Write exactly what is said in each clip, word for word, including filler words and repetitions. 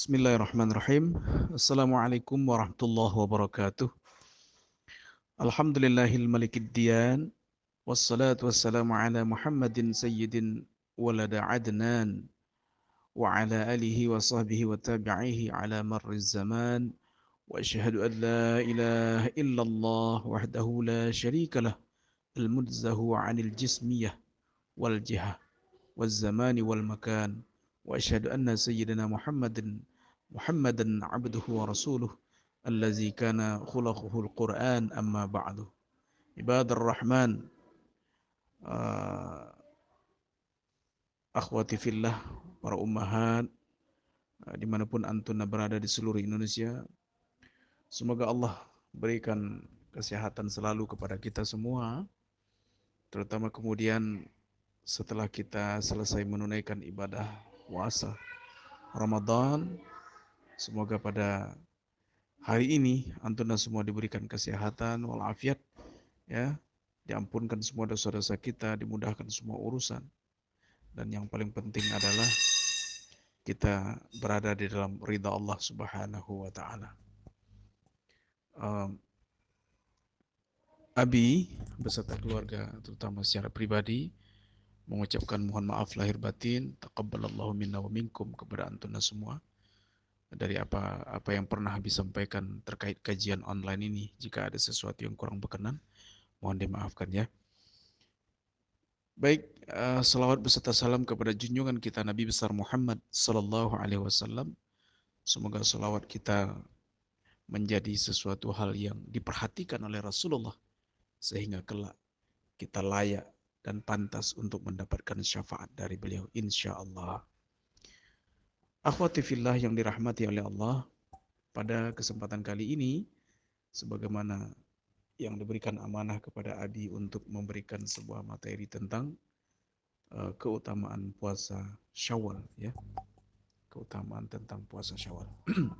Bismillahirrahmanirrahim. Assalamualaikum warahmatullahi wabarakatuh. Alhamdulillahil malikid diyan. Wassalatu wassalamu ala Muhammadin sayyidin walada adnan. Wa ala alihi wa sahbihi wa tabi'ihi ala marri zaman. Wa ashhadu an la ilaha illallah wahdahu la sharika lah. Al-munzahu anil jismiyah wal jihah wal zamani wal makan. Wa ashhadu anna sayyidina Muhammadin Muhammadan abduhu wa rasuluh allazi kana khulaquhul Qur'an amma ba'du. Ibadar Rahman, uh, akhwati fillah, para ummahat, uh, dimanapun antuna berada di seluruh Indonesia, semoga Allah berikan kesehatan selalu kepada kita semua, terutama kemudian setelah kita selesai menunaikan ibadah puasa Ramadan. Semoga pada hari ini antuna semua diberikan kesehatan walafiat, ya, diampunkan semua dosa-dosa kita, dimudahkan semua urusan, dan yang paling penting adalah kita berada di dalam ridha Allah Subhanahu wa taala. Um, Abi beserta keluarga terutama secara pribadi mengucapkan mohon maaf lahir batin, taqabbalallahu minna wa minkum kepada antuna semua dari apa apa yang pernah Habib sampaikan terkait kajian online ini. Jika ada sesuatu yang kurang berkenan, mohon dimaafkan ya. Baik, uh, salawat beserta salam kepada junjungan kita Nabi besar Muhammad sallallahu alaihi wasallam. Semoga salawat kita menjadi sesuatu hal yang diperhatikan oleh Rasulullah sehingga kelak kita layak dan pantas untuk mendapatkan syafaat dari beliau insya Allah. Akhwati fillah yang dirahmati oleh Allah, pada kesempatan kali ini sebagaimana yang diberikan amanah kepada Abi untuk memberikan sebuah materi tentang uh, keutamaan puasa Syawal, ya. Keutamaan tentang puasa Syawal.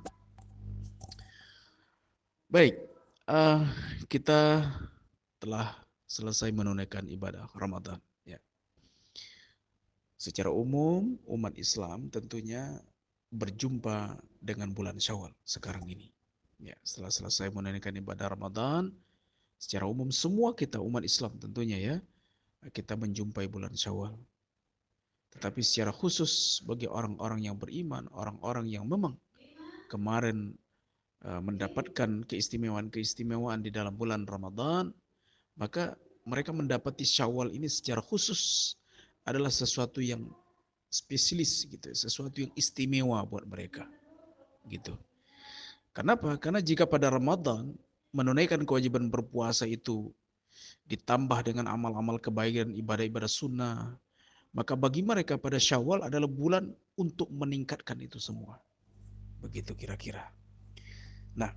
Baik, uh, kita telah selesai menunaikan ibadah Ramadan, ya. Secara umum umat Islam tentunya berjumpa dengan bulan Syawal sekarang ini. Ya, setelah selesai menunaikan ibadah Ramadan, secara umum semua kita umat Islam tentunya ya, kita menjumpai bulan Syawal. Tetapi secara khusus bagi orang-orang yang beriman, orang-orang yang memang kemarin uh, mendapatkan keistimewaan-keistimewaan di dalam bulan Ramadan, maka mereka mendapati Syawal ini secara khusus adalah sesuatu yang spesialis gitu, sesuatu yang istimewa buat mereka gitu. Kenapa? Karena jika pada Ramadan menunaikan kewajiban berpuasa itu ditambah dengan amal-amal kebaikan, ibadah-ibadah sunnah, maka bagi mereka pada Syawal adalah bulan untuk meningkatkan itu semua. Begitu kira-kira. Nah,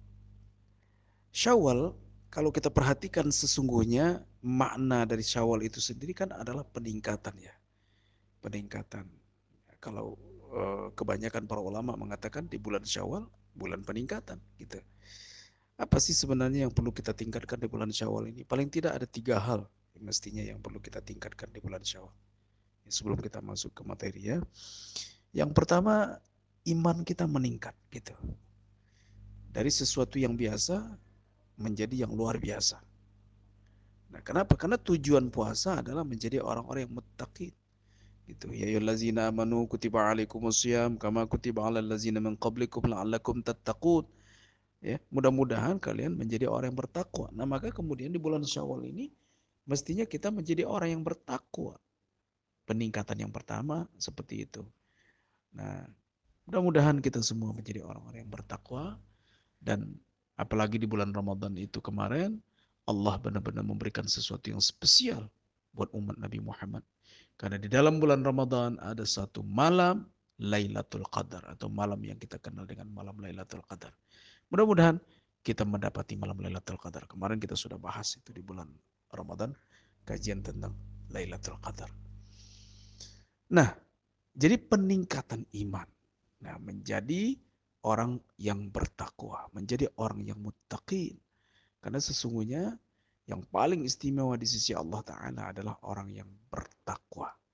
Syawal kalau kita perhatikan sesungguhnya makna dari Syawal itu sendiri kan adalah peningkatan ya. Peningkatan. Kalau eh, kebanyakan para ulama mengatakan di bulan Syawal bulan peningkatan gitu. Apa sih sebenarnya yang perlu kita tingkatkan di bulan Syawal ini? Paling tidak ada tiga hal yang mestinya yang perlu kita tingkatkan di bulan Syawal. Sebelum kita masuk ke materi ya. Yang pertama, iman kita meningkat gitu. Dari sesuatu yang biasa menjadi yang luar biasa. Nah, kenapa? Karena tujuan puasa adalah menjadi orang-orang yang muttaqin. Gitu. Ya ayyuhallazina amanu kutiba alaikumusiyam kama kutiba alal ladzina min qablikum la'allakum tattaqun. Ya, mudah-mudahan kalian menjadi orang yang bertakwa. Nah, maka kemudian di bulan Syawal ini mestinya kita menjadi orang yang bertakwa. Peningkatan yang pertama seperti itu. Nah, mudah-mudahan kita semua menjadi orang-orang yang bertakwa, dan apalagi di bulan Ramadan itu kemarin Allah benar-benar memberikan sesuatu yang spesial buat umat Nabi Muhammad. Karena di dalam bulan Ramadan ada satu malam Lailatul Qadar atau malam yang kita kenal dengan malam Lailatul Qadar. Mudah-mudahan kita mendapati malam Lailatul Qadar. Kemarin kita sudah bahas itu di bulan Ramadan, kajian tentang Lailatul Qadar. Nah, jadi peningkatan iman. Nah, menjadi orang yang bertakwa, menjadi orang yang muttaqin. Karena sesungguhnya yang paling istimewa di sisi Allah Ta'ala adalah orang yang bertakwa.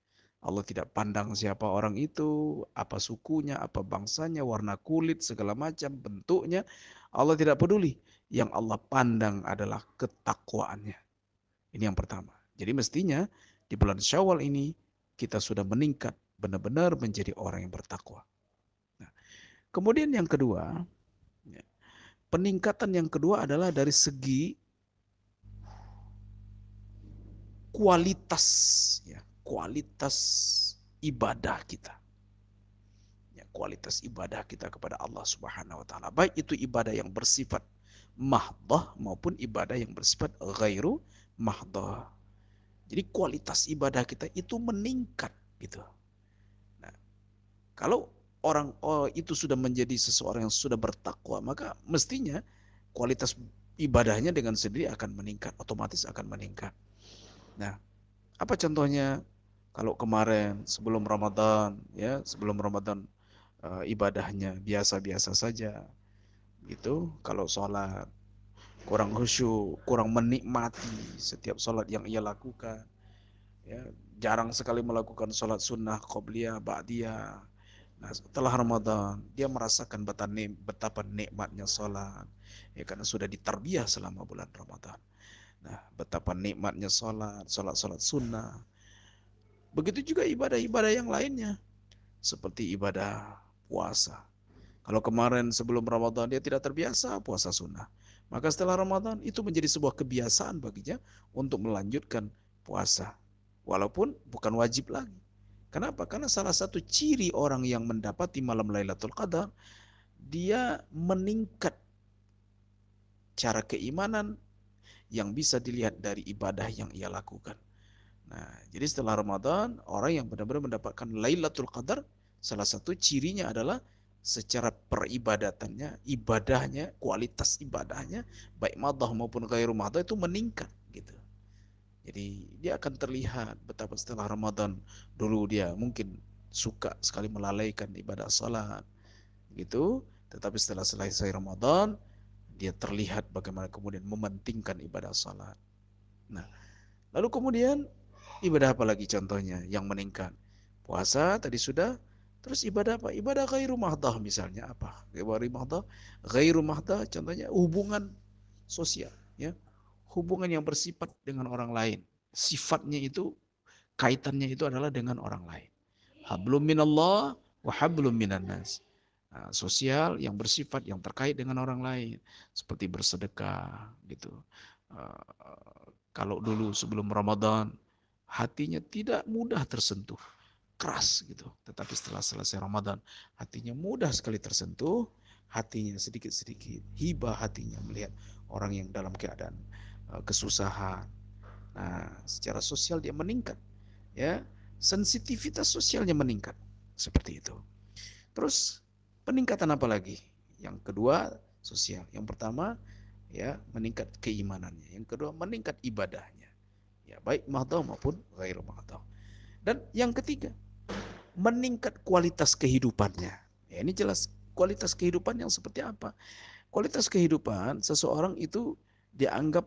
Allah tidak pandang siapa orang itu, apa sukunya, apa bangsanya, warna kulit, segala macam, bentuknya. Allah tidak peduli. Yang Allah pandang adalah ketakwaannya. Ini yang pertama. Jadi mestinya di bulan Syawal ini kita sudah meningkat, benar-benar menjadi orang yang bertakwa. Nah, kemudian yang kedua, ya, peningkatan yang kedua adalah dari segi kualitas, ya, kualitas ibadah kita. Ya, kualitas ibadah kita kepada Allah Subhanahu wa taala. Baik itu ibadah yang bersifat mahdhah maupun ibadah yang bersifat ghairu mahdhah. Jadi kualitas ibadah kita itu meningkat gitu. Nah, kalau orang oh, itu sudah menjadi seseorang yang sudah bertakwa, maka mestinya kualitas ibadahnya dengan sendiri akan meningkat, otomatis akan meningkat. Nah, apa contohnya? Kalau kemarin sebelum Ramadan, ya sebelum Ramadan uh, ibadahnya biasa-biasa saja, gitu. Kalau sholat kurang khusyuk, kurang menikmati setiap sholat yang ia lakukan, ya jarang sekali melakukan sholat sunnah, qobliyah, ba'diyah. Nah, setelah Ramadan, dia merasakan betapa nikmatnya sholat, ya karena sudah ditarbiyah selama bulan Ramadan. Nah, betapa nikmatnya sholat, sholat-sholat sunnah. Begitu juga ibadah-ibadah yang lainnya, seperti ibadah puasa. Kalau kemarin sebelum Ramadan dia tidak terbiasa puasa sunnah, maka setelah Ramadan itu menjadi sebuah kebiasaan baginya untuk melanjutkan puasa. Walaupun bukan wajib lagi. Kenapa? Karena salah satu ciri orang yang mendapati malam Lailatul Qadar, dia meningkat cara keimanan yang bisa dilihat dari ibadah yang ia lakukan. Nah, jadi setelah Ramadan, orang yang benar-benar mendapatkan Lailatul Qadar, salah satu cirinya adalah secara peribadatannya, ibadahnya, kualitas ibadahnya, baik madah maupun ghairu madah itu meningkat gitu. Jadi dia akan terlihat betapa setelah Ramadan dulu dia mungkin suka sekali melalaikan ibadah salat gitu, tetapi setelah selesai Ramadan dia terlihat bagaimana kemudian mementingkan ibadah salat. Nah, lalu kemudian ibadah apa lagi contohnya yang meningkat? Puasa tadi sudah. Terus ibadah apa? Ibadah ghairu mahdah misalnya apa? Ghairu mahdah, ghairu mahdah contohnya hubungan sosial, ya. Hubungan yang bersifat dengan orang lain. Sifatnya itu, kaitannya itu adalah dengan orang lain. Hablum minallah wa hablum minan nas. Nah, sosial yang bersifat yang terkait dengan orang lain, seperti bersedekah gitu. Uh, kalau dulu sebelum Ramadan hatinya tidak mudah tersentuh, keras gitu. Tetapi setelah selesai Ramadan, hatinya mudah sekali tersentuh, hatinya sedikit-sedikit hibah hatinya melihat orang yang dalam keadaan uh, kesusahan. Nah, secara sosial dia meningkat, ya, sensitivitas sosialnya meningkat, seperti itu. Terus peningkatan apa lagi? Yang kedua sosial. Yang pertama ya meningkat keimanannya. Yang kedua meningkat ibadahnya. Ya baik mahdoh maupun ghairu mahdoh. Dan yang ketiga meningkat kualitas kehidupannya. Ya, ini jelas kualitas kehidupan yang seperti apa? Kualitas kehidupan seseorang itu dianggap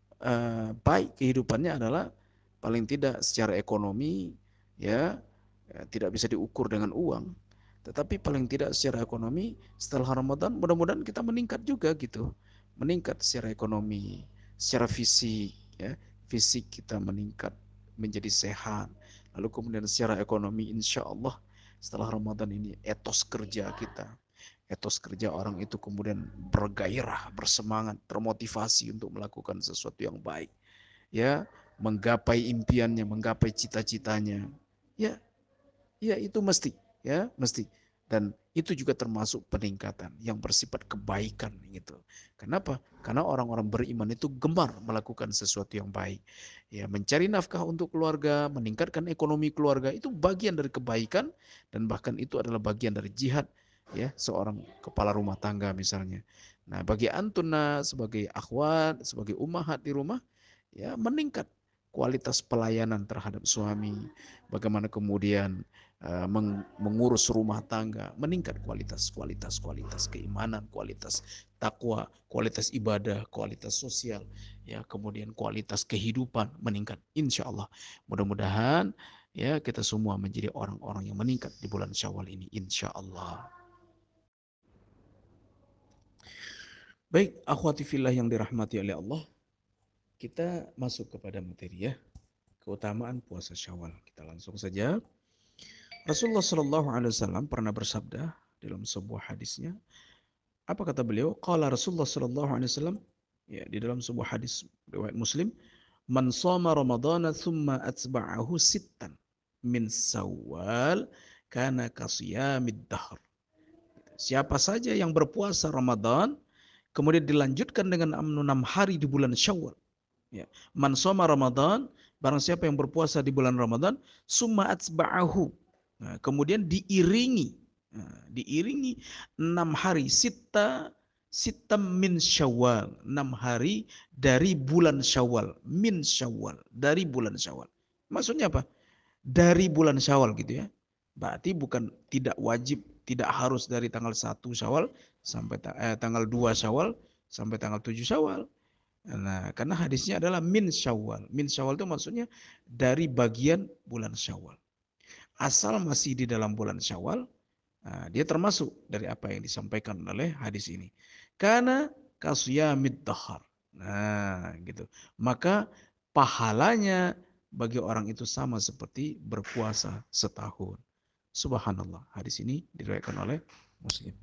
uh, baik kehidupannya adalah paling tidak secara ekonomi, ya, ya tidak bisa diukur dengan uang, tetapi paling tidak secara ekonomi setelah Ramadan mudah-mudahan kita meningkat juga gitu, meningkat secara ekonomi, secara fisik, ya, fisik kita meningkat menjadi sehat, lalu kemudian secara ekonomi insya Allah setelah Ramadan ini etos kerja kita, etos kerja orang itu kemudian bergairah, bersemangat, termotivasi untuk melakukan sesuatu yang baik, ya, menggapai impiannya, menggapai cita-citanya, ya, ya itu mesti, ya mesti. Dan itu juga termasuk peningkatan yang bersifat kebaikan gitu. Kenapa? Karena orang-orang beriman itu gemar melakukan sesuatu yang baik. Ya, mencari nafkah untuk keluarga, meningkatkan ekonomi keluarga itu bagian dari kebaikan dan bahkan itu adalah bagian dari jihad, ya, seorang kepala rumah tangga misalnya. Nah, bagi antuna sebagai akhwat, sebagai ummahat di rumah, ya meningkat kualitas pelayanan terhadap suami, bagaimana kemudian uh, mengurus rumah tangga, meningkat kualitas kualitas kualitas keimanan, kualitas takwa, kualitas ibadah, kualitas sosial, ya kemudian kualitas kehidupan meningkat insya Allah. Mudah-mudahan ya kita semua menjadi orang-orang yang meningkat di bulan Syawal ini, insya Allah. Baik, akhwati fillah yang dirahmati oleh Allah, kita masuk kepada materi ya, keutamaan puasa Syawal. Kita langsung saja. Rasulullah Shallallahu Alaihi Wasallam pernah bersabda dalam sebuah hadisnya. Apa kata beliau? Qala Rasulullah Shallallahu Alaihi Wasallam, ya, di dalam sebuah hadis riwayat Muslim, man shoma ramadhana thumma atba'ahu sittan min Syawal kana kasiyamid dahr. Siapa saja yang berpuasa Ramadan kemudian dilanjutkan dengan enam hari di bulan Syawal. Ya. Man shoma Ramadan, barang siapa yang berpuasa di bulan Ramadan, summa atba'ahu. Nah, kemudian diiringi, nah, diiringi enam hari, sita sita min Syawal, enam hari dari bulan Syawal, min Syawal, dari bulan Syawal. Maksudnya apa? Dari bulan Syawal gitu ya. Berarti bukan tidak wajib, tidak harus dari tanggal satu Syawal sampai eh, tanggal dua Syawal sampai tanggal tujuh Syawal. Nah, karena hadisnya adalah min Syawal. Min Syawal itu maksudnya dari bagian bulan Syawal. Asal masih di dalam bulan Syawal, nah, dia termasuk dari apa yang disampaikan oleh hadis ini. Karena kasiyamid dahar. Nah, gitu. Maka pahalanya bagi orang itu sama seperti berpuasa setahun. Subhanallah. Hadis ini diriwayatkan oleh Muslim.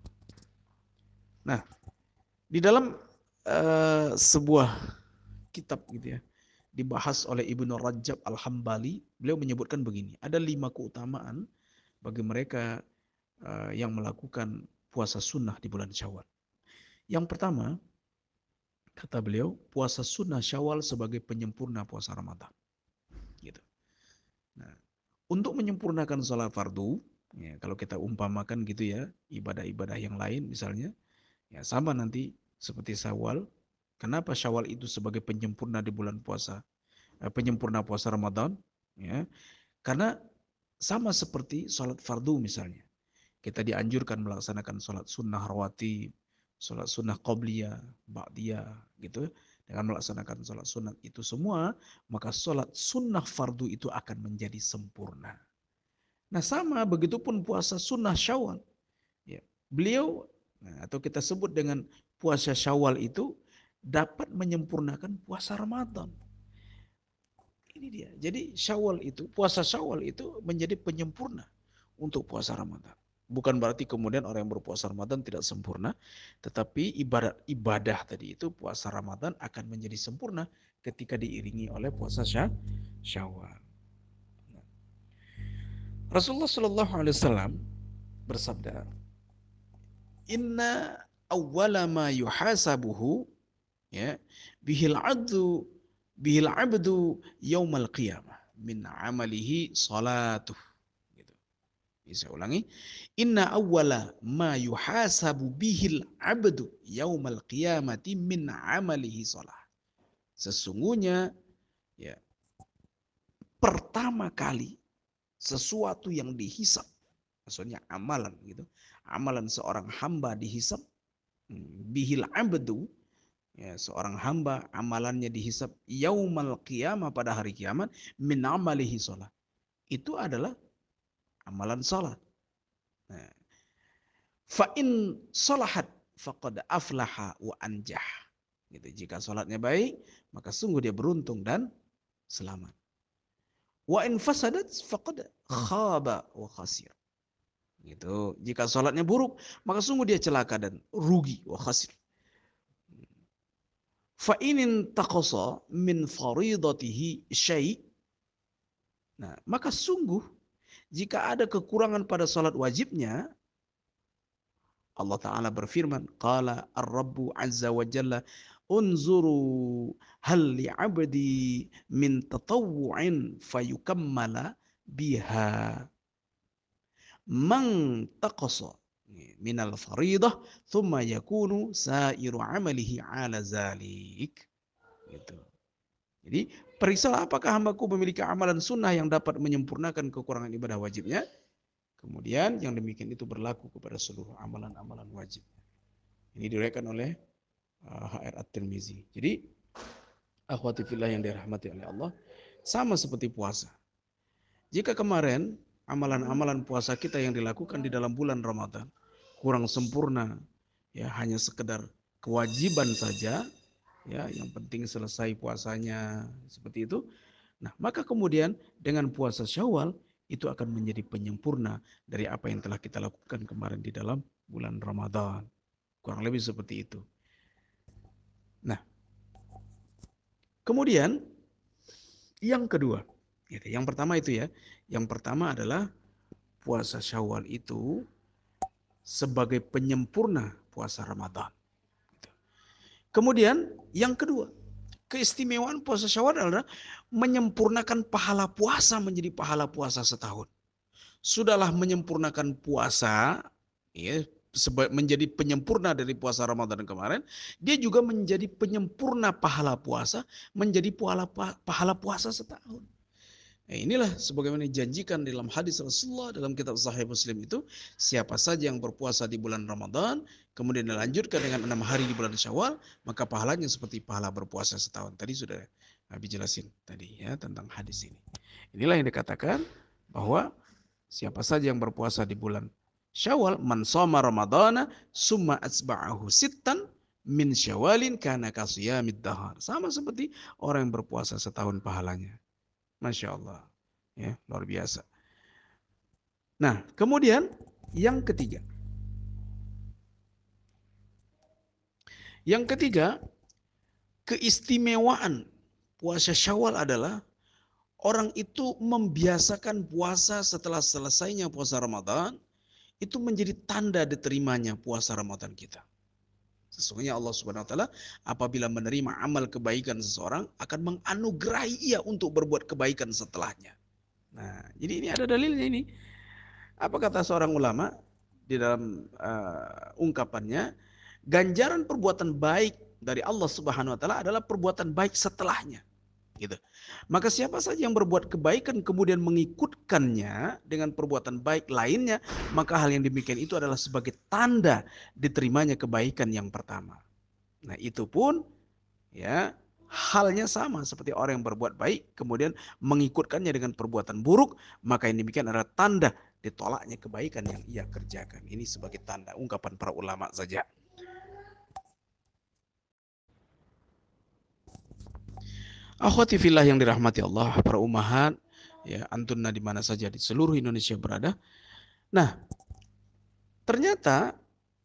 Nah, di dalam uh, sebuah kitab gitu ya, dibahas oleh Ibnu Rajab Al-Hambali, beliau menyebutkan begini, ada lima keutamaan bagi mereka uh, yang melakukan puasa sunnah di bulan Syawal. Yang pertama, kata beliau, puasa sunnah Syawal sebagai penyempurna puasa Ramadan. Gitu. Nah, untuk menyempurnakan sholat fardu, ya, kalau kita umpamakan gitu ya, ibadah-ibadah yang lain misalnya, ya sama nanti seperti Syawal. Kenapa Syawal itu sebagai penyempurna di bulan puasa, eh, penyempurna puasa Ramadan? Ya, karena sama seperti sholat fardu misalnya. Kita dianjurkan melaksanakan sholat sunnah rawatib, sholat sunnah qobliyah, ba'diyah, gitu. Dengan melaksanakan sholat sunnah itu semua, maka sholat sunnah fardu itu akan menjadi sempurna. Nah sama, begitupun puasa sunnah Syawal. Ya, beliau, nah, atau kita sebut dengan puasa Syawal itu dapat menyempurnakan puasa Ramadan. Ini dia. Jadi Syawal itu, puasa Syawal itu menjadi penyempurna untuk puasa Ramadan. Bukan berarti kemudian orang yang berpuasa Ramadan tidak sempurna, tetapi ibadah ibadah tadi itu puasa Ramadan akan menjadi sempurna ketika diiringi oleh puasa Syawal. Rasulullah Shallallahu Alaihi Wasallam bersabda, Inna awwala ma yuhasabuhu, ya, bihil abdu bihil abdu yaumal qiyamah min amalihi salatuh. Gitu. Bisa ulangi. Inna awwala ma yuhasabu bihil abdu yaumal qiyamati min amalihi salah. Sesungguhnya, ya, pertama kali sesuatu yang dihisap, maksudnya amalan gitu. Amalan seorang hamba dihisap, bihil abdu, ya, seorang hamba amalannya dihisap yaumal qiyamah, pada hari kiamat, min amalihi sholat. Itu adalah amalan sholat. Nah, fa in sholahat faqad aflaha wa anjah. Gitu. Jika sholatnya baik, maka sungguh dia beruntung dan selamat. Wa in fasadat faqad khaba wa khasir. Gitu. Jika sholatnya buruk, maka sungguh dia celaka dan rugi, wa khasir. Fa inin taqasa min faridatihi syai'. Nah, maka sungguh jika ada kekurangan pada salat wajibnya, Allah Ta'ala berfirman, Qala ar-Rabbu azza wa jalla, unzuru hal li'abdi min tatawu'in fayukammala biha man taqasa minal faridah thumma yakunu sairu amalihi ala zalik. Gitu. Jadi periksalah apakah hambaku memiliki amalan sunnah yang dapat menyempurnakan kekurangan ibadah wajibnya. Kemudian yang demikian itu berlaku kepada seluruh amalan-amalan wajib. Ini diriwayatkan oleh uh, H R At-Tirmizi. Jadi akhwati fillah yang dirahmati oleh Allah, sama seperti puasa. Jika kemarin amalan-amalan puasa kita yang dilakukan di dalam bulan Ramadan kurang sempurna, ya hanya sekedar kewajiban saja, ya yang penting selesai puasanya seperti itu. Nah, maka kemudian dengan puasa Syawal itu akan menjadi penyempurna dari apa yang telah kita lakukan kemarin di dalam bulan Ramadan. Kurang lebih seperti itu. Nah, kemudian yang kedua, gitu. Yang pertama itu ya, yang pertama adalah puasa Syawal itu sebagai penyempurna puasa Ramadan. Kemudian yang kedua, keistimewaan puasa Syawal adalah menyempurnakan pahala puasa menjadi pahala puasa setahun. Sudahlah menyempurnakan puasa, ya, menjadi penyempurna dari puasa Ramadan kemarin, dia juga menjadi penyempurna pahala puasa, menjadi pahala, pahala puasa setahun. Nah, inilah sebagaimana dijanjikan dalam hadis Rasulullah dalam kitab Sahih Muslim itu, siapa saja yang berpuasa di bulan Ramadan, kemudian dilanjutkan dengan enam hari di bulan Syawal, maka pahalanya seperti pahala berpuasa setahun. Tadi sudah Nabi jelasin tadi ya tentang hadis ini. Inilah yang dikatakan bahwa siapa saja yang berpuasa di bulan Syawal, man shoma Ramadana summa atsba'ahu sittan min Syawalin kana kasiyamid dahar. Sama seperti orang yang berpuasa setahun pahalanya. Masya Allah. Ya, luar biasa. Nah, kemudian yang ketiga. Yang ketiga, keistimewaan puasa Syawal adalah orang itu membiasakan puasa setelah selesainya puasa Ramadan, itu menjadi tanda diterimanya puasa Ramadan kita. Sesungguhnya Allah Subhanahu wa taala apabila menerima amal kebaikan seseorang akan menganugerahi ia untuk berbuat kebaikan setelahnya. Nah, jadi ini ada dalilnya ini. Apa kata seorang ulama di dalam uh, ungkapannya, ganjaran perbuatan baik dari Allah Subhanahu wa taala adalah perbuatan baik setelahnya. Gitu. Maka siapa saja yang berbuat kebaikan kemudian mengikutkannya dengan perbuatan baik lainnya, maka hal yang demikian itu adalah sebagai tanda diterimanya kebaikan yang pertama. Nah, itu pun ya halnya sama seperti orang yang berbuat baik kemudian mengikutkannya dengan perbuatan buruk, maka yang demikian adalah tanda ditolaknya kebaikan yang ia kerjakan. Ini sebagai tanda, ungkapan para ulama saja. Akhwati fillah yang dirahmati Allah, para ummahat, ya antunna di mana saja di seluruh Indonesia berada. Nah, ternyata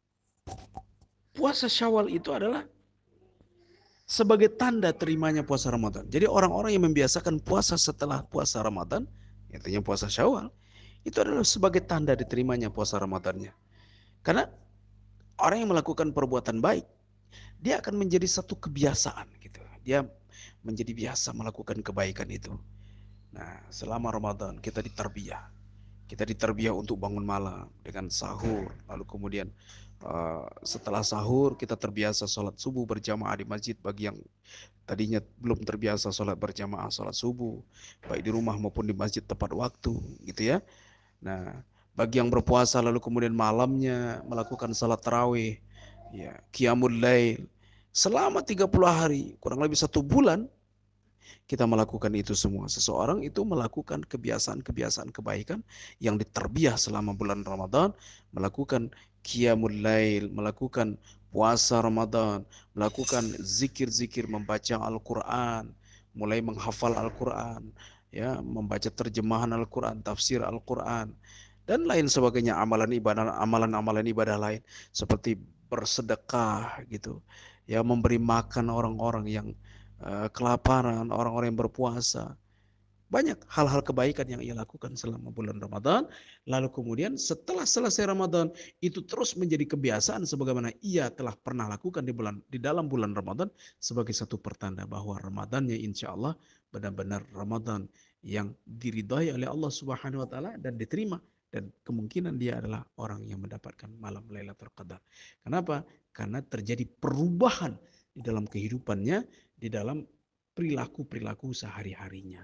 puasa Syawal itu adalah sebagai tanda terimanya puasa Ramadan. Jadi orang-orang yang membiasakan puasa setelah puasa Ramadan, intinya puasa Syawal, itu adalah sebagai tanda diterimanya puasa Ramadannya. Karena orang yang melakukan perbuatan baik, dia akan menjadi satu kebiasaan gitu. Dia menjadi biasa melakukan kebaikan itu. Nah, selama Ramadan kita ditarbiyah. Kita ditarbiyah untuk bangun malam dengan sahur, lalu kemudian uh, setelah sahur kita terbiasa sholat subuh berjamaah di masjid bagi yang tadinya belum terbiasa sholat berjamaah sholat subuh, baik di rumah maupun di masjid tepat waktu, gitu ya. Nah, bagi yang berpuasa lalu kemudian malamnya melakukan salat tarawih, ya, qiyamul lail, selama tiga puluh hari, kurang lebih satu bulan, kita melakukan itu semua. Seseorang itu melakukan kebiasaan-kebiasaan kebaikan yang diterbiah selama bulan Ramadan, melakukan qiyamul lail, melakukan puasa Ramadan, melakukan zikir-zikir, membaca Al-Quran, mulai menghafal Al-Quran, ya, membaca terjemahan Al-Quran, tafsir Al-Quran, dan lain sebagainya, amalan ibadah, amalan-amalan ibadah lain seperti bersedekah gitu, ya, memberi makan orang-orang yang uh, kelaparan, orang-orang yang berpuasa. Banyak hal-hal kebaikan yang ia lakukan selama bulan Ramadan. Lalu kemudian setelah selesai Ramadan, itu terus menjadi kebiasaan sebagaimana ia telah pernah lakukan di bulan di dalam bulan Ramadan sebagai satu pertanda bahwa Ramadannya insya Allah benar-benar Ramadan yang diridhai oleh Allah Subhanahu wa taala dan diterima, dan kemungkinan dia adalah orang yang mendapatkan malam Lailatul Qadar. Kenapa? Karena terjadi perubahan di dalam kehidupannya, di dalam perilaku-perilaku sehari-harinya.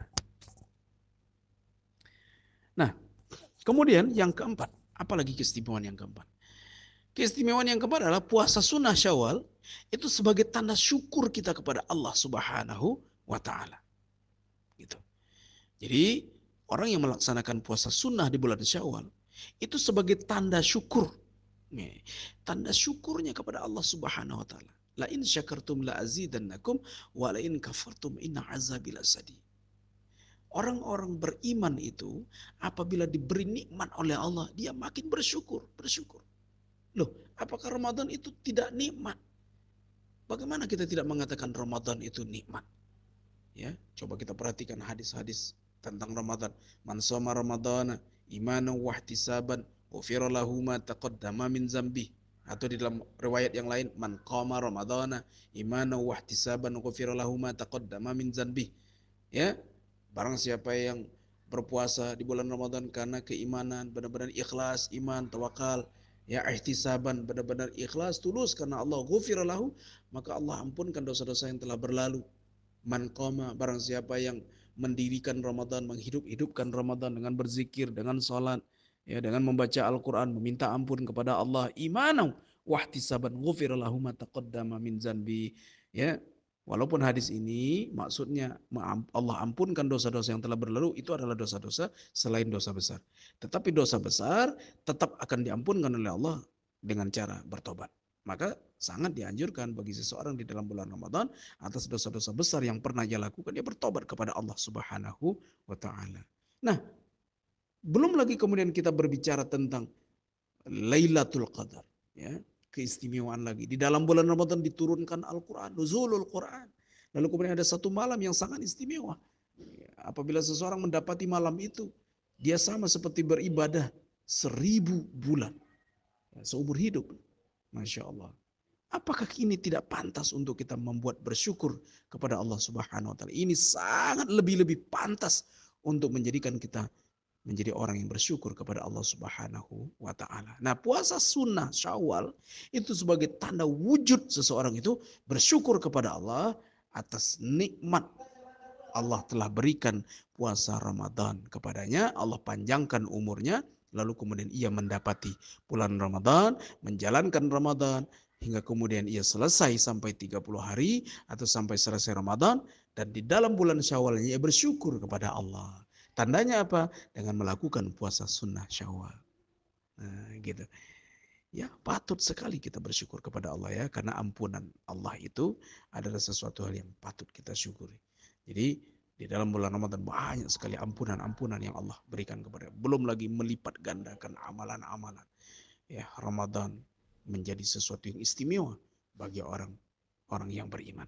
Nah, kemudian yang keempat, apalagi keistimewaan yang keempat? Keistimewaan yang keempat adalah puasa sunnah Syawal itu sebagai tanda syukur kita kepada Allah Subhanahu wa taala. Gitu. Jadi orang yang melaksanakan puasa sunnah di bulan Syawal itu sebagai tanda syukur. Tanda syukurnya kepada Allah Subhanahu wa taala. La in syakartum la azidannakum wa la in kafartum inna azabi lasadid. Orang-orang beriman itu apabila diberi nikmat oleh Allah, dia makin bersyukur, bersyukur. Loh, apakah Ramadan itu tidak nikmat? Bagaimana kita tidak mengatakan Ramadan itu nikmat? Ya, coba kita perhatikan hadis-hadis tentang Ramadan. Man shoma Ramadana imanan wa ihtisaban ghufira lahu ma taqaddama min dzambi. Atau di dalam riwayat yang lain, man qama Ramadana imanan wa ihtisaban ghufira lahu ma taqaddama min dzambi. Ya, barang siapa yang berpuasa di bulan Ramadan karena keimanan, benar-benar ikhlas, iman, tawakal, ya ihtisaban, benar-benar ikhlas, tulus karena Allah, ghufira lahu, maka Allah ampunkan dosa-dosa yang telah berlalu. Man qama, barang siapa yang mendirikan Ramadan, menghidup-hidupkan Ramadan dengan berzikir, dengan salat, ya, dengan membaca Al-Qur'an, meminta ampun kepada Allah, imanan wa ihtisaban ghufira lahu ma taqaddama min dzanbi. Ya, walaupun hadis ini maksudnya Allah ampunkan dosa-dosa yang telah berlalu, itu adalah dosa-dosa selain dosa besar. Tetapi dosa besar tetap akan diampunkan oleh Allah dengan cara bertobat. Maka sangat dianjurkan bagi seseorang di dalam bulan Ramadan atas dosa-dosa besar yang pernah dia lakukan, dia bertobat kepada Allah Subhanahu wa taala. Nah, belum lagi kemudian kita berbicara tentang Lailatul Qadar, ya, keistimewaan lagi. Di dalam bulan Ramadan diturunkan Al-Qur'an, nuzulul Qur'an. Lalu kemudian ada satu malam yang sangat istimewa. Apabila seseorang mendapati malam itu, dia sama seperti beribadah seribu bulan, seumur hidup. Masya Allah. Apakah ini tidak pantas untuk kita membuat bersyukur kepada Allah Subhanahu wa taala? Ini sangat lebih-lebih pantas untuk menjadikan kita menjadi orang yang bersyukur kepada Allah Subhanahu wa taala. Nah, puasa sunnah Syawal itu sebagai tanda wujud seseorang itu bersyukur kepada Allah atas nikmat Allah telah berikan puasa Ramadan kepadanya, Allah panjangkan umurnya, lalu kemudian ia mendapati bulan Ramadan, menjalankan Ramadan, hingga kemudian ia selesai sampai tiga puluh hari atau sampai selesai Ramadan, dan di dalam bulan Syawal ia bersyukur kepada Allah. Tandanya apa? Dengan melakukan puasa sunnah Syawal. Nah, gitu. Ya, patut sekali kita bersyukur kepada Allah ya, karena ampunan Allah itu adalah sesuatu hal yang patut kita syukuri. Jadi di dalam bulan Ramadan banyak sekali ampunan-ampunan yang Allah berikan kepada. Belum lagi melipat gandakan amalan-amalan. Ya, Ramadan menjadi sesuatu yang istimewa bagi orang orang yang beriman.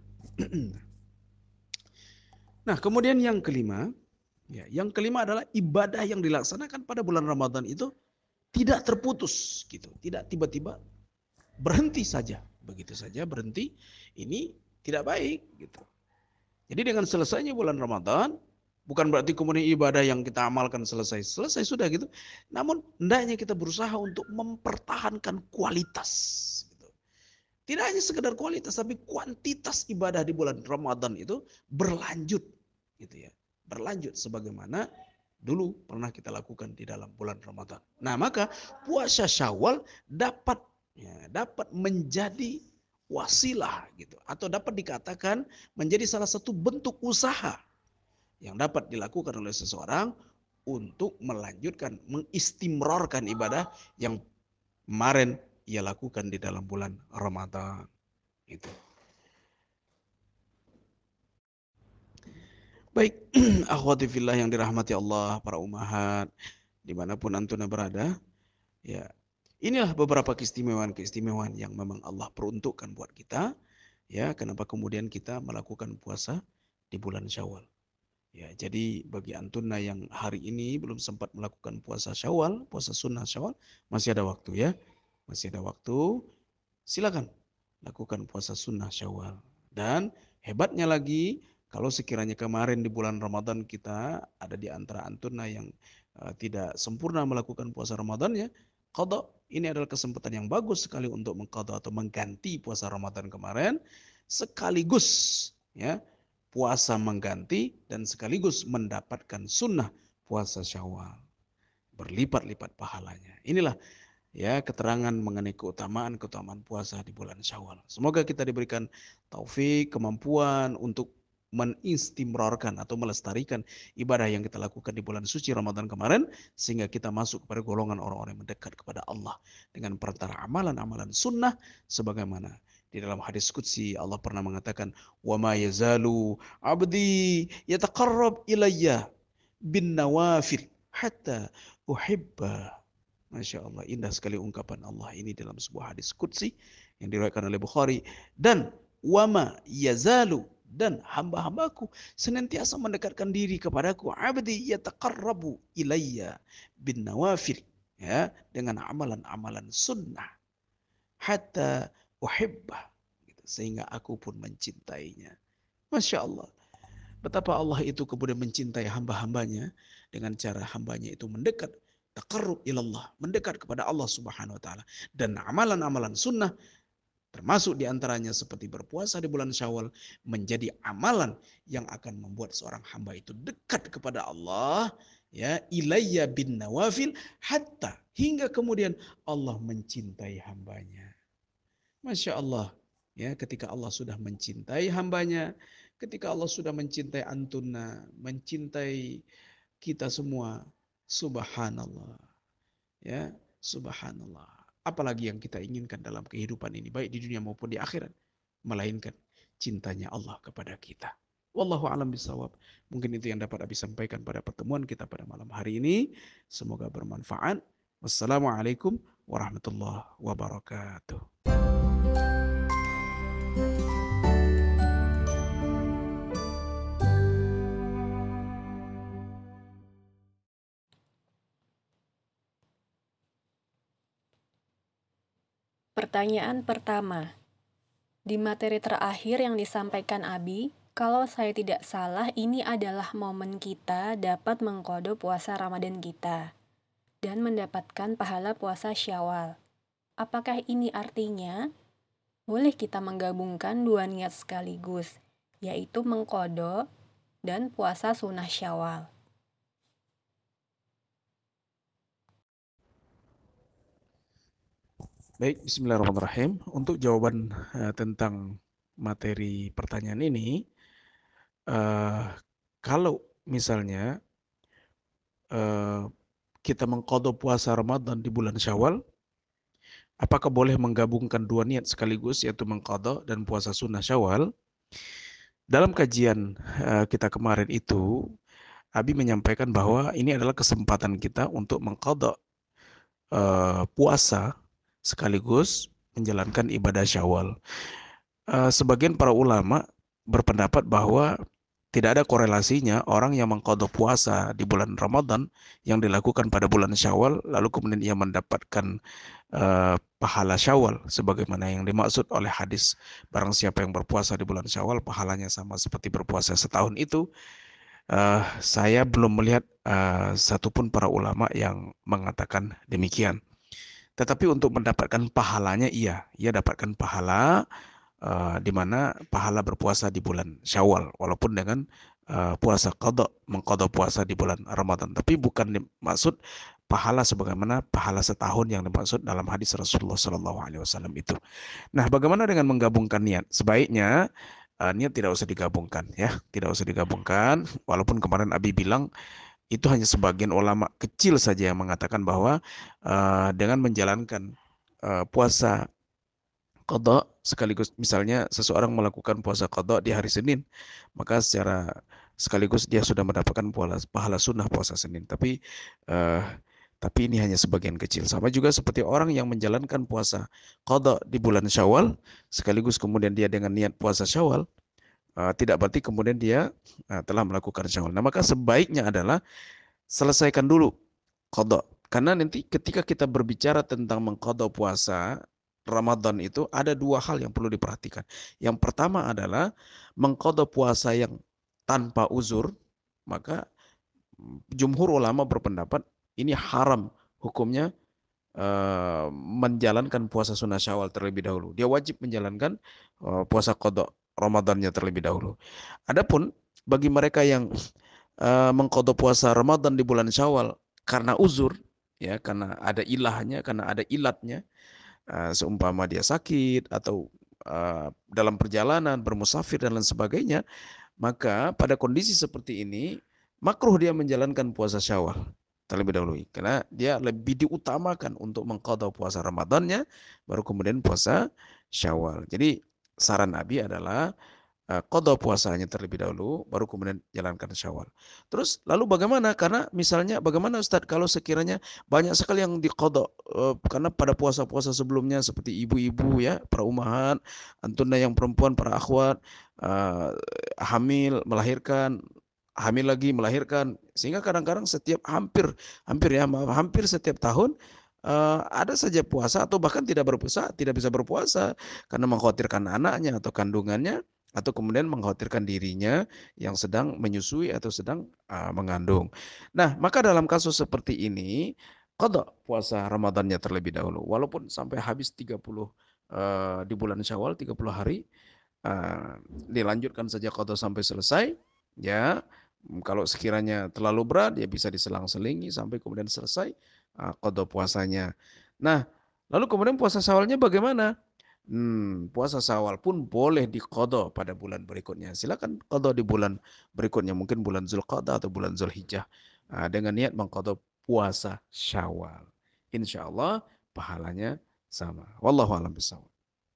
Nah, kemudian yang kelima, ya, yang kelima adalah ibadah yang dilaksanakan pada bulan Ramadan itu tidak terputus, gitu, tidak tiba-tiba berhenti saja, begitu saja berhenti. Ini tidak baik, gitu. Jadi dengan selesainya bulan Ramadan, bukan berarti kemudian ibadah yang kita amalkan selesai, selesai sudah gitu. Namun hendaknya kita berusaha untuk mempertahankan kualitas. Gitu. Tidak hanya sekedar kualitas, tapi kuantitas ibadah di bulan Ramadan itu berlanjut, gitu ya, berlanjut sebagaimana dulu pernah kita lakukan di dalam bulan Ramadan. Nah, maka puasa Syawal dapat ya, dapat menjadi wasilah gitu, atau dapat dikatakan menjadi salah satu bentuk usaha yang dapat dilakukan oleh seseorang untuk melanjutkan, mengistimrorkan ibadah yang kemarin ia lakukan di dalam bulan Ramadan. Itu. Baik, akhwati fillah yang dirahmati Allah, para umahat, dimanapun antuna berada, ya, inilah beberapa keistimewaan-keistimewaan yang memang Allah peruntukkan buat kita. Ya, kenapa kemudian kita melakukan puasa di bulan Syawal? Ya, jadi bagi antuna yang hari ini belum sempat melakukan puasa Syawal, puasa sunnah Syawal, masih ada waktu ya, masih ada waktu. Silakan lakukan puasa sunnah Syawal. Dan hebatnya lagi, kalau sekiranya kemarin di bulan Ramadan kita ada di antara antuna yang uh, tidak sempurna melakukan puasa Ramadannya, qadha, ini adalah kesempatan yang bagus sekali untuk mengqadha atau mengganti puasa Ramadan kemarin, sekaligus ya puasa mengganti dan sekaligus mendapatkan sunnah puasa Syawal. Berlipat-lipat pahalanya. Inilah ya keterangan mengenai keutamaan-keutamaan puasa di bulan Syawal. Semoga kita diberikan taufik, kemampuan untuk menistimrarkan atau melestarikan ibadah yang kita lakukan di bulan suci Ramadan kemarin, sehingga kita masuk kepada golongan orang-orang yang mendekat kepada Allah dengan perantara amalan-amalan sunnah, sebagaimana di dalam hadis qudsi Allah pernah mengatakan, wa ma yazalu abdi yataqarrab ilayya bin nawafil hatta uhibba. Masya Allah, indah sekali ungkapan Allah ini dalam sebuah hadis qudsi yang diriwayatkan oleh Bukhari. Dan wama yazalu, dan hamba-hambaku senantiasa mendekatkan diri kepadaku, abdi yataqarrabu ilayya bin nawafil, ya, dengan amalan-amalan sunnah, hatta uhibbah, gitu, sehingga aku pun mencintainya. Masya Allah, betapa Allah itu kemudian mencintai hamba-hambanya dengan cara hambanya itu mendekat, taqarrub ilallah, mendekat kepada Allah Subhanahu wa taala. Dan amalan-amalan sunnah termasuk diantaranya seperti berpuasa di bulan Syawal menjadi amalan yang akan membuat seorang hamba itu dekat kepada Allah, ya, ilayya bin nawafil, hatta, hingga kemudian Allah mencintai hambanya. Masya Allah, ya, ketika Allah sudah mencintai hambanya, ketika Allah sudah mencintai antuna, mencintai kita semua, subhanallah, ya, subhanallah. Apalagi yang kita inginkan dalam kehidupan ini, baik di dunia maupun di akhirat, melainkan cintanya Allah kepada kita. Wallahu a'lam bishawab. Mungkin itu yang dapat Abi sampaikan pada pertemuan kita pada malam hari ini. Semoga bermanfaat. Wassalamualaikum warahmatullahi wabarakatuh. Pertanyaan pertama. Di materi terakhir yang disampaikan Abi, kalau saya tidak salah ini adalah momen kita dapat mengqadha puasa Ramadan kita dan mendapatkan pahala puasa Syawal. Apakah ini artinya boleh kita menggabungkan dua niat sekaligus, yaitu mengqadha dan puasa sunnah Syawal? Baik, bismillahirrahmanirrahim. Untuk jawaban uh, tentang materi pertanyaan ini, uh, kalau misalnya uh, kita mengqadha puasa Ramadan di bulan Syawal, apakah boleh menggabungkan dua niat sekaligus, yaitu mengqadha dan puasa sunnah Syawal? Dalam kajian uh, kita kemarin itu, Abi menyampaikan bahwa ini adalah kesempatan kita untuk mengqadha uh, puasa sekaligus menjalankan ibadah Syawal. Uh, sebagian para ulama berpendapat bahwa tidak ada korelasinya orang yang mengqadha puasa di bulan Ramadan yang dilakukan pada bulan Syawal, lalu kemudian ia mendapatkan uh, pahala Syawal, sebagaimana yang dimaksud oleh hadis, barang siapa yang berpuasa di bulan Syawal, pahalanya sama seperti berpuasa setahun itu. Uh, saya belum melihat uh, satupun para ulama yang mengatakan demikian. Tetapi untuk mendapatkan pahalanya, iya, ia dapatkan pahala uh, di mana pahala berpuasa di bulan Syawal, walaupun dengan uh, puasa qadha, mengqadha puasa di bulan Ramadan. Tapi bukan dimaksud pahala sebagaimana pahala setahun yang dimaksud dalam hadis Rasulullah Shallallahu Alaihi Wasallam itu. Nah, bagaimana dengan menggabungkan niat? Sebaiknya uh, niat tidak usah digabungkan, ya, tidak usah digabungkan. Walaupun kemarin Abi bilang itu hanya sebagian ulama kecil saja yang mengatakan bahwa uh, dengan menjalankan uh, puasa qadha sekaligus, misalnya seseorang melakukan puasa qadha di hari Senin, maka secara sekaligus dia sudah mendapatkan pahala, pahala sunnah puasa Senin. Tapi uh, tapi ini hanya sebagian kecil. Sama juga seperti orang yang menjalankan puasa qadha di bulan Syawal sekaligus kemudian dia dengan niat puasa Syawal, uh, tidak berarti kemudian dia uh, telah melakukan Syawal. Nah, maka sebaiknya adalah selesaikan dulu qadha. Karena nanti ketika kita berbicara tentang mengqadha puasa Ramadan itu ada dua hal yang perlu diperhatikan. Yang pertama adalah mengqadha puasa yang tanpa uzur, maka jumhur ulama berpendapat ini haram hukumnya uh, menjalankan puasa sunnah Syawal terlebih dahulu. Dia wajib menjalankan uh, puasa qadha Ramadannya terlebih dahulu. Adapun bagi mereka yang uh, mengqadha puasa Ramadan di bulan Syawal karena uzur, ya, karena ada ilahnya, karena ada ilatnya, uh, seumpama dia sakit atau uh, dalam perjalanan bermusafir dan lain sebagainya, Maka pada kondisi seperti ini, makruh dia menjalankan puasa Syawal terlebih dahulu. Karena dia lebih diutamakan untuk mengqadha puasa Ramadannya, baru kemudian puasa Syawal. Jadi saran Nabi adalah uh, qadha puasanya terlebih dahulu, baru kemudian jalankan Syawal. Terus lalu bagaimana? Karena misalnya bagaimana Ustadz kalau sekiranya banyak sekali yang diqadha uh, karena pada puasa-puasa sebelumnya seperti ibu-ibu ya, para umahat, antuna yang perempuan, para akhwat, uh, hamil, melahirkan, hamil lagi, melahirkan, sehingga kadang-kadang setiap hampir hampir ya maaf, hampir setiap tahun uh, ada saja puasa atau bahkan tidak berpuasa, tidak bisa berpuasa karena mengkhawatirkan anaknya atau kandungannya atau kemudian mengkhawatirkan dirinya yang sedang menyusui atau sedang uh, mengandung. Nah, maka dalam kasus seperti ini qadha puasa Ramadannya terlebih dahulu walaupun sampai habis tiga puluh uh, di bulan Syawal tiga puluh hari, uh, dilanjutkan saja qadha sampai selesai ya. Kalau sekiranya terlalu berat, dia bisa diselang-selingi sampai kemudian selesai uh, qadha puasanya. Nah, lalu kemudian puasa Syawalnya bagaimana? Hmm, puasa Syawal pun boleh diqadha pada bulan berikutnya. Silakan qadha di bulan berikutnya, mungkin bulan Zulqa'dah atau bulan Zulhijjah. Uh, dengan niat mengqadha puasa Syawal. Insya Allah pahalanya sama. Wallahu a'lam bishawab.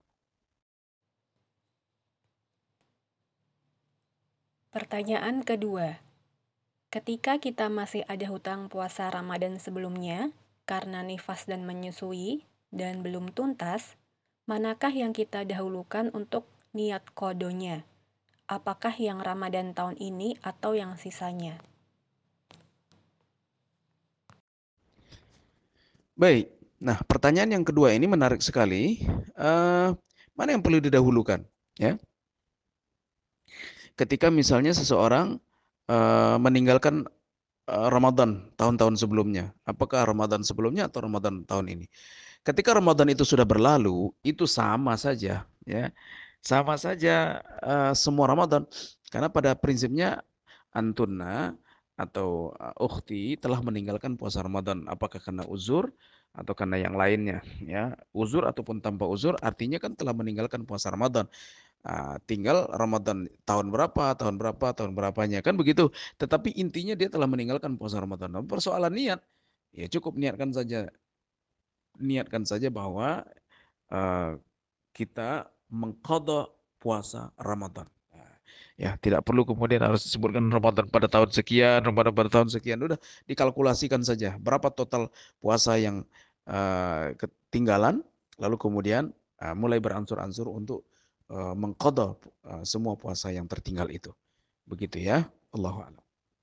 Pertanyaan kedua. Ketika kita masih ada hutang puasa Ramadan sebelumnya, karena nifas dan menyusui, dan belum tuntas, manakah yang kita dahulukan untuk niat kodonya? Apakah yang Ramadan tahun ini atau yang sisanya? Baik, nah pertanyaan yang kedua ini menarik sekali. Uh, mana yang perlu didahulukan? Ya, ketika misalnya seseorang uh, meninggalkan uh, Ramadan tahun-tahun sebelumnya, apakah Ramadan sebelumnya atau Ramadan tahun ini? Ketika Ramadan itu sudah berlalu, itu sama saja, ya, sama saja uh, semua Ramadan, karena pada prinsipnya antunna atau uh, ukhti telah meninggalkan puasa Ramadan, apakah karena uzur atau karena yang lainnya, ya, uzur ataupun tanpa uzur, artinya kan telah meninggalkan puasa Ramadan. Uh, tinggal Ramadan tahun berapa, tahun berapa, tahun berapanya, kan begitu. Tetapi intinya dia telah meninggalkan puasa Ramadan. Nah, persoalan niat, ya cukup niatkan saja, niatkan saja bahwa uh, kita mengqadha puasa Ramadan. Nah, ya, tidak perlu kemudian harus disebutkan Ramadan pada tahun sekian, Ramadan pada tahun sekian. Udah dikalkulasikan saja berapa total puasa yang uh, ketinggalan, lalu kemudian uh, mulai beransur-ansur untuk uh, mengqadha uh, semua puasa yang tertinggal itu. Begitu ya. Allahu a'lam.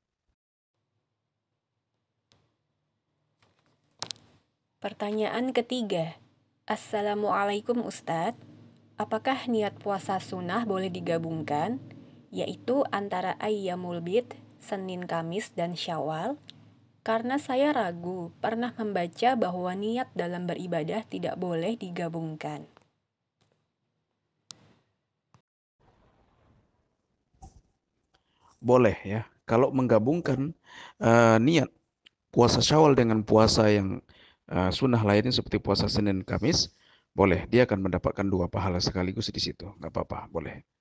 Pertanyaan ketiga. Assalamualaikum Ustadz. Apakah niat puasa sunnah boleh digabungkan, yaitu antara Ayyamul Bid, Senin, Kamis, dan Syawal? Karena saya ragu, pernah membaca bahwa niat dalam beribadah tidak boleh digabungkan. Boleh ya. Kalau menggabungkan uh, niat puasa Syawal dengan puasa yang uh, sunnah lainnya seperti puasa Senin Kamis, boleh. Dia akan mendapatkan dua pahala sekaligus di situ. Nggak apa-apa, boleh.